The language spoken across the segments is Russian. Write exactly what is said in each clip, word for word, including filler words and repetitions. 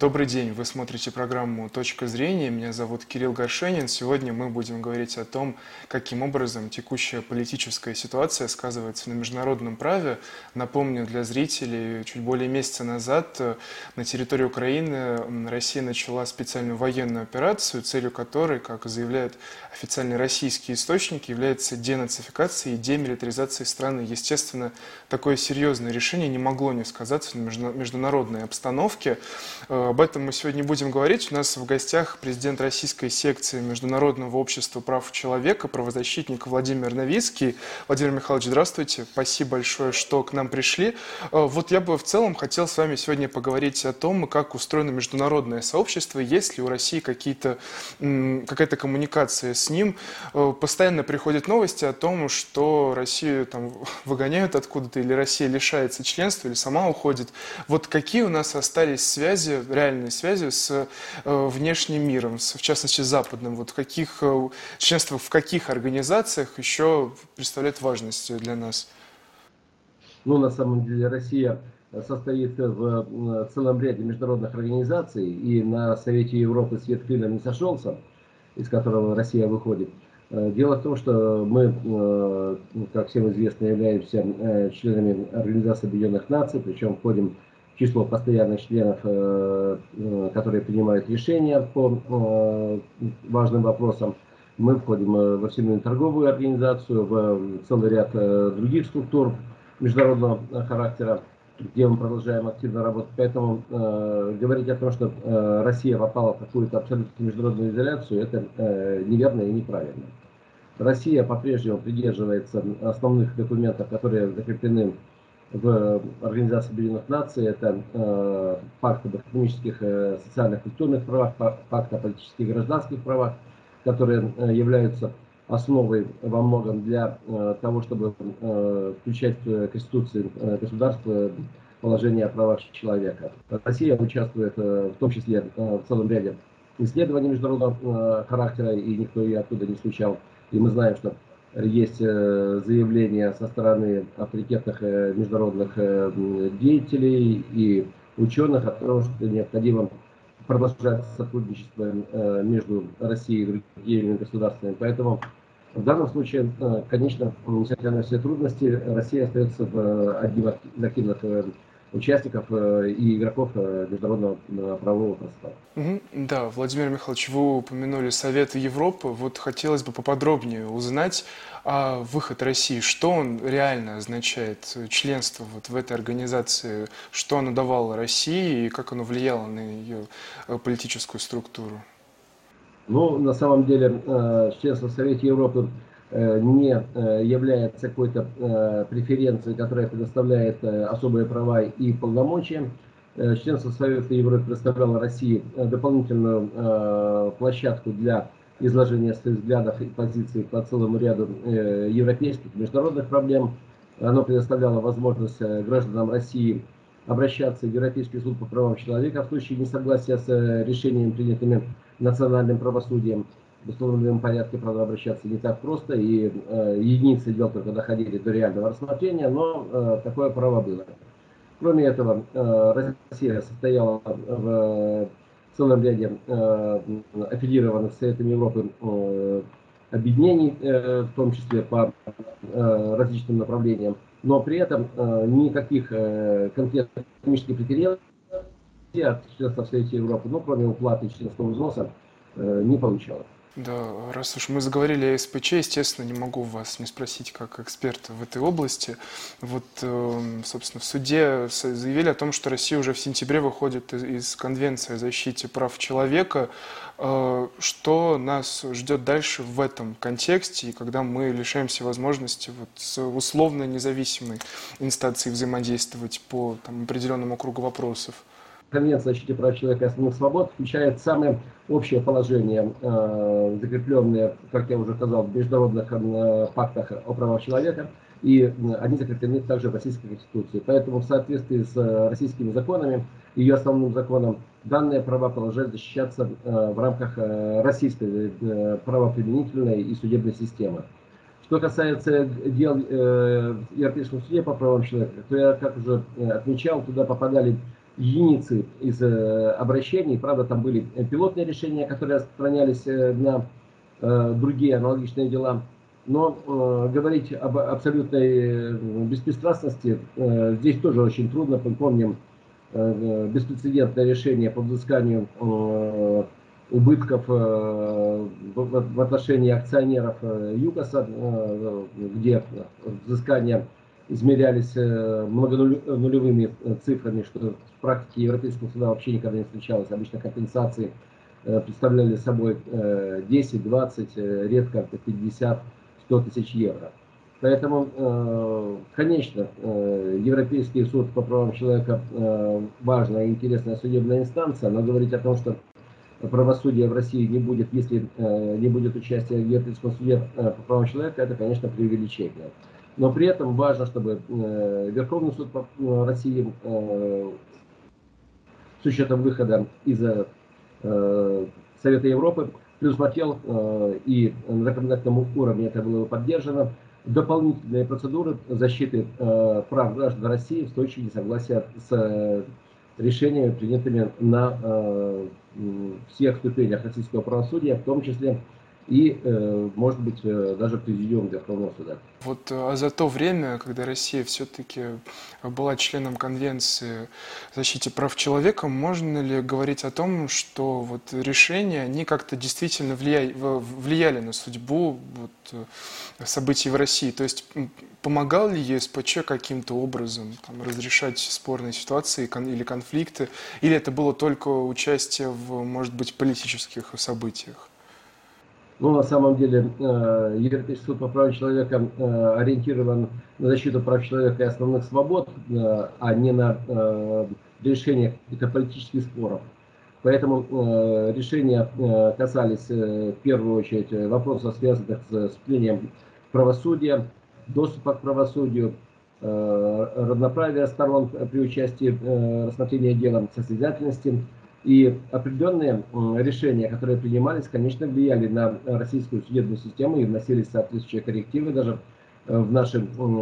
Добрый день, вы смотрите программу «Точка зрения». Меня зовут Кирилл Горшенин. Сегодня мы будем говорить о том, каким образом текущая политическая ситуация сказывается на международном праве. Напомню для зрителей, чуть более месяца назад на территории Украины Россия начала специальную военную операцию, целью которой, как заявляют официальные российские источники, является денацификация и демилитаризация страны. Естественно, такое серьезное решение не могло не сказаться на международной обстановке. Об этом мы сегодня будем говорить. У нас в гостях президент российской секции Международного общества прав человека, правозащитник Владимир Новицкий. Владимир Михайлович, здравствуйте. Спасибо большое, что к нам пришли. Вот я бы в целом хотел с вами сегодня поговорить о том, как устроено международное сообщество, есть ли у России какие-то, какая-то коммуникация с ним. Постоянно приходят новости о том, что Россию там выгоняют откуда-то, или Россия лишается членства, или сама уходит. Вот какие у нас остались связи, реальные связи с э, внешним миром, с, в частности с западным, вот в каких э, членство в каких организациях еще представляет важность для нас? Ну, на самом деле, Россия состоит в целом ряде международных организаций, и на Совете Европы свет клином не сошелся, из которого Россия выходит. Дело в том, что мы, как всем известно, являемся членами Организации Объединенных Наций, причем входим число постоянных членов, которые принимают решения по важным вопросам. Мы входим во Всемирную торговую организацию, в целый ряд других структур международного характера, где мы продолжаем активно работать. Поэтому говорить о том, что Россия попала в какую-то абсолютно международную изоляцию, это неверно и неправильно. Россия по-прежнему придерживается основных документов, которые закреплены в Организации Объединенных Наций. Это э, пакт об экономических, э, социальных, культурных правах, пакт о политических и гражданских правах, которые э, являются основой во многом для э, того, чтобы э, включать в Конституцию э, государства положение о правах человека. Россия участвует э, в том числе э, в целом ряде исследований международного э, характера, и никто ее оттуда не исключал. И мы знаем, что есть заявления со стороны авторитетных международных деятелей и ученых о том, что необходимо продолжать сотрудничество между Россией и другими государствами. Поэтому в данном случае, конечно, несмотря на все трудности, Россия остается одним из активных участников и игроков международного правового пространства. Угу. Да, Владимир Михайлович, вы упомянули Совет Европы. Вот хотелось бы поподробнее узнать о выход России. Что он реально означает, членство вот в этой организации, что оно давало России и как оно влияло на ее политическую структуру? Ну, на самом деле, членство в Совете Европы не является какой-то преференцией, которая предоставляет особые права и полномочия. Членство Совета Европы предоставляло России дополнительную площадку для изложения своих взглядов и позиций по целому ряду европейских, международных проблем. Оно предоставляло возможность гражданам России обращаться в Европейский суд по правам человека в случае несогласия с решениями, принятыми национальным правосудием. В установленном порядке, правда, обращаться не так просто, и э, единицы дел только доходили до реального рассмотрения, но э, такое право было. Кроме этого, э, Россия состояла в целом ряде э, аффилированных с Советом Европы э, объединений, э, в том числе по э, различным направлениям, но при этом э, никаких э, конкретных экономических преференций от членства в Совете Европы, ну, кроме уплаты членского взноса, э, не получала. Да, раз уж мы заговорили о СПЧ, естественно, не могу вас не спросить как эксперта в этой области. Вот, собственно, в суде заявили о том, что Россия уже в сентябре выходит из Конвенции о защите прав человека. Что нас ждет дальше в этом контексте, и когда мы лишаемся возможности вот с условно независимой инстанцией взаимодействовать по там, определенному кругу вопросов? Конвенция о защите прав человека и основных свобод включает самое общее положение, э, закрепленные, как я уже сказал, в международных э, пактах о правах человека, и они закреплены также в Российской Конституции. Поэтому в соответствии с э, российскими законами, ее основным законом, данные права продолжают защищаться э, в рамках э, российской э, правоприменительной и судебной системы. Что касается дел э, в Европейском суде по правам человека, то я, как уже отмечал, туда попадали единицы из обращений. Правда, там были пилотные решения, которые распространялись на другие аналогичные дела. Но э, говорить об абсолютной беспристрастности э, здесь тоже очень трудно. Мы помним э, беспрецедентное решение по взысканию э, убытков э, в, в отношении акционеров э, ЮКОСа, э, где взыскания измерялись э, многонулевыми цифрами, что в практике Европейского суда вообще никогда не встречалось. Обычно компенсации э, представляли собой э, десять, двадцать, э, редко пятьдесят, сто тысяч евро. Поэтому, э, конечно, э, Европейский суд по правам человека э, важная и интересная судебная инстанция, но говорить о том, что правосудия в России не будет, если э, не будет участия в Европейском суде э, по правам человека, это, конечно, преувеличение. Но при этом важно, чтобы э, Верховный суд по э, России э, с учетом выхода из э, Совета Европы предусмотрел, э, и на законодательном уровне это было поддержано, дополнительные процедуры защиты э, прав граждан России в случае несогласия с э, решениями, принятыми на э, всех ступенях российского правосудия, в том числе и, э, может быть, э, даже Президиум Верховного суда. Вот а за то время, когда Россия все-таки была членом Конвенции о защите прав человека, можно ли говорить о том, что вот решения, они как-то действительно влияли, влияли на судьбу вот, событий в России? То есть помогал ли ЕСПЧ каким-то образом там, разрешать спорные ситуации или конфликты, или это было только участие в, может быть, политических событиях? Ну, на самом деле, Европейский суд по правам человека ориентирован на защиту прав человека и основных свобод, а не на решение каких-то политических споров. Поэтому решения касались в первую очередь вопросов, связанных с вступлением правосудия, доступа к правосудию, равноправия сторон при участии в рассмотрении дела, состязательности. И определенные решения, которые принимались, конечно, влияли на российскую судебную систему и вносились соответствующие коррективы даже в наши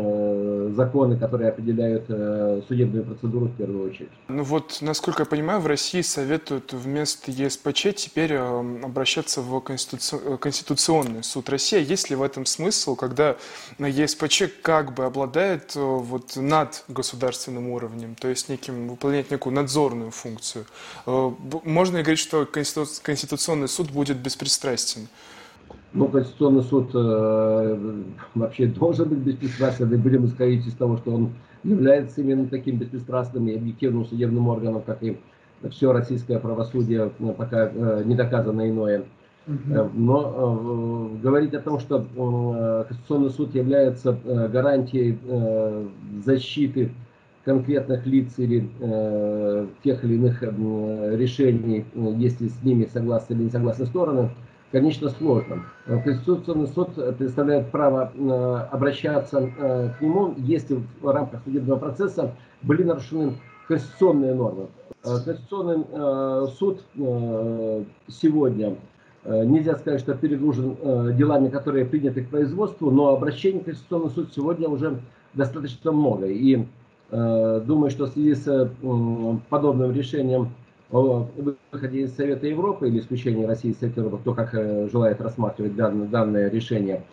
законы, которые определяют судебную процедуру в первую очередь. Ну вот, насколько я понимаю, в России советуют вместо ЕСПЧ теперь обращаться в Конституционный суд России. Есть ли в этом смысл, когда ЕСПЧ как бы обладает вот над государственным уровнем, то есть неким, выполняет некую надзорную функцию? Можно ли говорить, что Конституционный суд будет беспристрастен? Ну, Конституционный суд э, вообще должен быть беспристрастным, и будем исходить из того, что он является именно таким беспристрастным и объективным судебным органом, как и все российское правосудие, пока э, не доказано иное. Uh-huh. Но э, говорить о том, что э, Конституционный суд является э, гарантией э, защиты конкретных лиц или э, тех или иных э, решений, э, если с ними согласны или не согласны стороны, конечно, сложно. Конституционный суд представляет право э, обращаться э, к нему, если в рамках судебного процесса были нарушены конституционные нормы. Конституционный э, суд э, сегодня, э, нельзя сказать, что перегружен э, делами, которые приняты к производству, но обращений в Конституционный суд сегодня уже достаточно много. И э, думаю, что в связи с э, подобным решением о выходе из Совета Европы или исключении России из Совета Европы, кто как желает рассматривать данное, данное решение,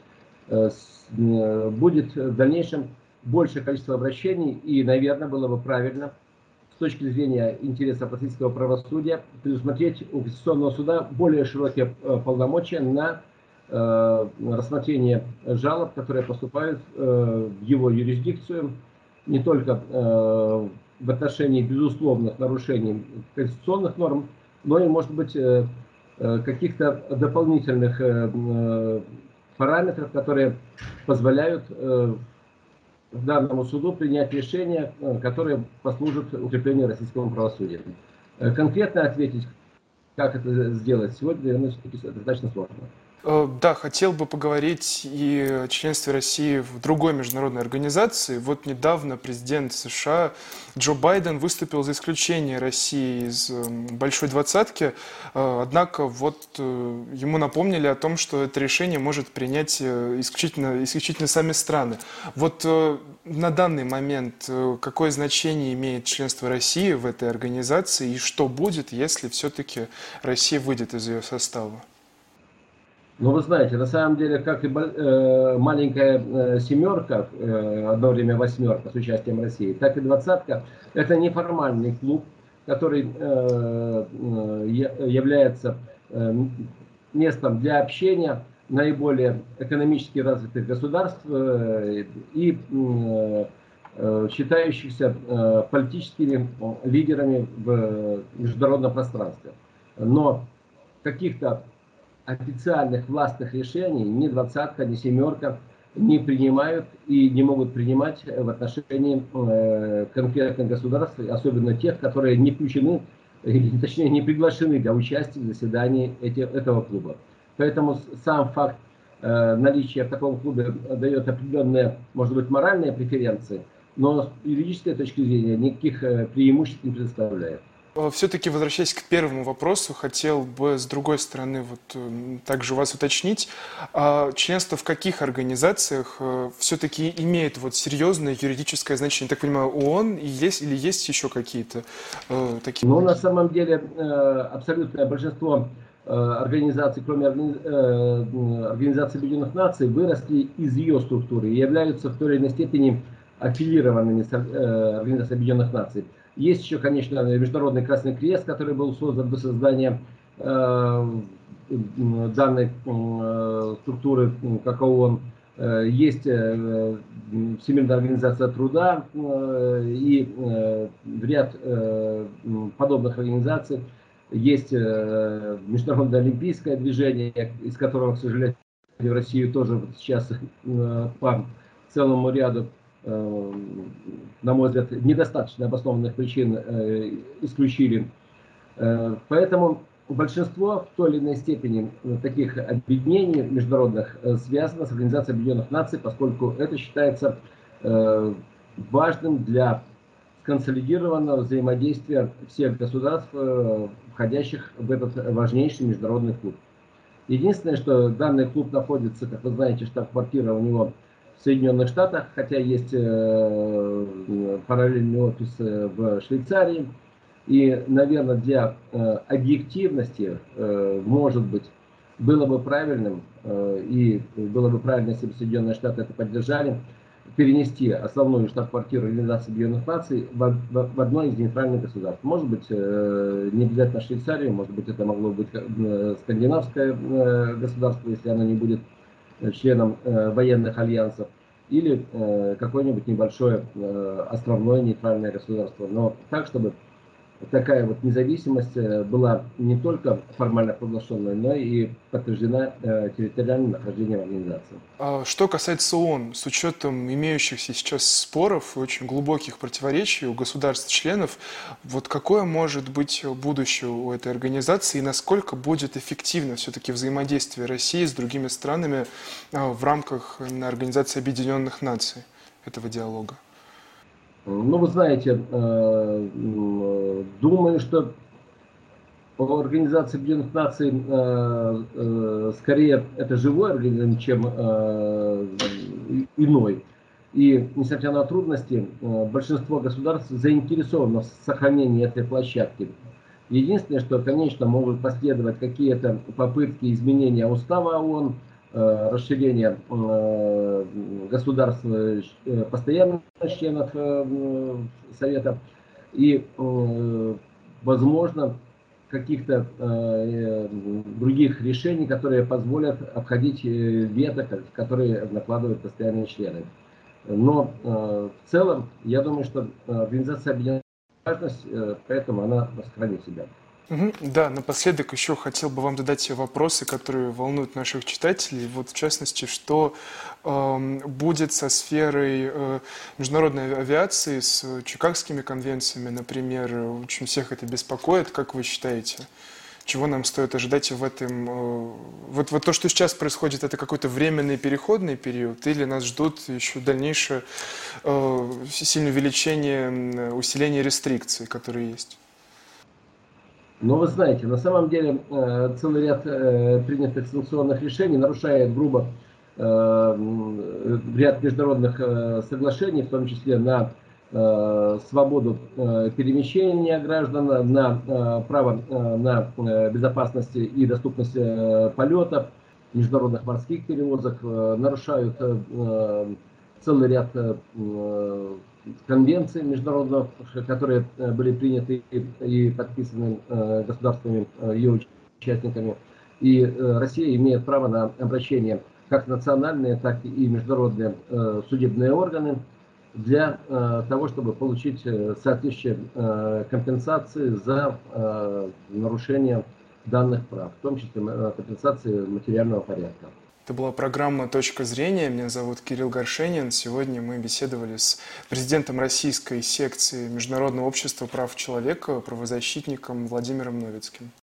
будет в дальнейшем большее количество обращений, и, наверное, было бы правильно с точки зрения интересов российского правосудия предусмотреть у Конституционного суда более широкие полномочия на рассмотрение жалоб, которые поступают в его юрисдикцию, не только в отношении безусловных нарушений конституционных норм, но и, может быть, каких-то дополнительных параметров, которые позволяют данному суду принять решения, которые послужат укреплению российского правосудия. Конкретно ответить, как это сделать сегодня, наверное, все-таки достаточно сложно. Да, хотел бы поговорить и о членстве России в другой международной организации. Вот недавно президент США Джо Байден выступил за исключение России из Большой двадцатки, однако вот ему напомнили о том, что это решение может принять исключительно, исключительно сами страны. Вот на данный момент какое значение имеет членство России в этой организации и что будет, если все-таки Россия выйдет из ее состава? Ну, вы знаете, на самом деле, как и э, маленькая э, семерка, э, одно время восьмерка с участием России, так и двадцатка, это неформальный клуб, который э, э, является э, местом для общения наиболее экономически развитых государств э, и э, э, считающихся э, политическими лидерами в международном пространстве. Но каких-то официальных властных решений ни двадцатка, ни семерка не принимают и не могут принимать в отношении э, конкретных государств, особенно тех, которые не включены, или, точнее не приглашены для участия в заседании эти, этого клуба. Поэтому сам факт э, наличия в таком клубе дает определенные, может быть, моральные преференции, но с юридической точки зрения никаких э, преимуществ не предоставляет. Все-таки, возвращаясь к первому вопросу, хотел бы с другой стороны вот также вас уточнить. Членство в каких организациях все-таки имеет вот серьезное юридическое значение? Так понимаю, ООН и есть, или есть еще какие-то такие? Ну, на самом деле, абсолютное большинство организаций, кроме Организации Объединенных Наций, выросли из ее структуры и являются в той или иной степени аффилированными с Организацией Объединенных Наций. Есть еще, конечно, Международный Красный Крест, который был создан для создания э, данной э, структуры, как ООН. Есть э, Всемирная организация труда э, и э, ряд э, подобных организаций. Есть э, Международное олимпийское движение, из которого, к сожалению, в Россию тоже сейчас э, по целому ряду, на мой взгляд, недостаточно обоснованных причин э, исключили. Э, поэтому большинство в той или иной степени таких объединений международных э, связано с Организацией Объединенных Наций, поскольку это считается э, важным для консолидированного взаимодействия всех государств, э, входящих в этот важнейший международный клуб. Единственное, что данный клуб находится, как вы знаете, штаб-квартира у него в Соединенных Штатах, хотя есть э, параллельный офис в Швейцарии. И, наверное, для э, объективности, э, может быть, было бы правильным, э, и было бы правильно, если бы Соединенные Штаты это поддержали, перенести основную штаб-квартиру Организации Объединенных Наций в, в, в одно из нейтральных государств. Может быть, э, не обязательно Швейцарию, может быть, это могло быть э, скандинавское э, государство, если оно не будет членом э, военных альянсов, или э, какое-нибудь небольшое э, островное нейтральное государство. Но так, чтобы такая вот независимость была не только формально провозглашенной, но и подтверждена э, территориальным нахождением организации. Что касается ООН, с учетом имеющихся сейчас споров и очень глубоких противоречий у государств-членов, вот какое может быть будущее у этой организации и насколько будет эффективно все-таки взаимодействие России с другими странами в рамках Организации Объединенных Наций этого диалога? Ну, вы знаете, думаю, что по Организации Объединенных Наций скорее это живой организм, чем иной. И, несмотря на трудности, большинство государств заинтересовано в сохранении этой площадки. Единственное, что, конечно, могут последовать какие-то попытки изменения устава ООН, расширение государств, постоянных членов Совета и, возможно, каких-то других решений, которые позволят обходить вето, которые накладывают постоянные члены. Но в целом, я думаю, что Организация Объединенных Наций важность, поэтому она сохранит себя. Угу. Да, напоследок еще хотел бы вам задать вопросы, которые волнуют наших читателей. Вот в частности, что э, будет со сферой э, международной авиации, с Чикагскими конвенциями, например. Очень всех это беспокоит. Как вы считаете, чего нам стоит ожидать в этом? э, Вот, вот то, что сейчас происходит, это какой-то временный переходный период, или нас ждут еще дальнейшее э, сильное увеличение, м, усиление рестрикций, которые есть? Но вы знаете, на самом деле э, целый ряд э, принятых санкционных решений нарушает грубо э, м, ряд международных э, соглашений, в том числе на э, свободу э, перемещения граждан, на э, право э, на э, безопасность и доступность э, полетов, международных морских перевозок, э, нарушают э, э, целый ряд э, э, конвенций международных, которые э, были приняты и, и подписаны э, государствами, э, ее участниками. И э, Россия имеет право на обращение как национальные, так и международные э, судебные органы для э, того, чтобы получить э, соответствующие э, компенсации за э, нарушение данных прав, в том числе э, компенсации материального порядка. Это была программа «Точка зрения». Меня зовут Кирилл Горшенин. Сегодня мы беседовали с президентом российской секции Международного общества прав человека, правозащитником Владимиром Новицким.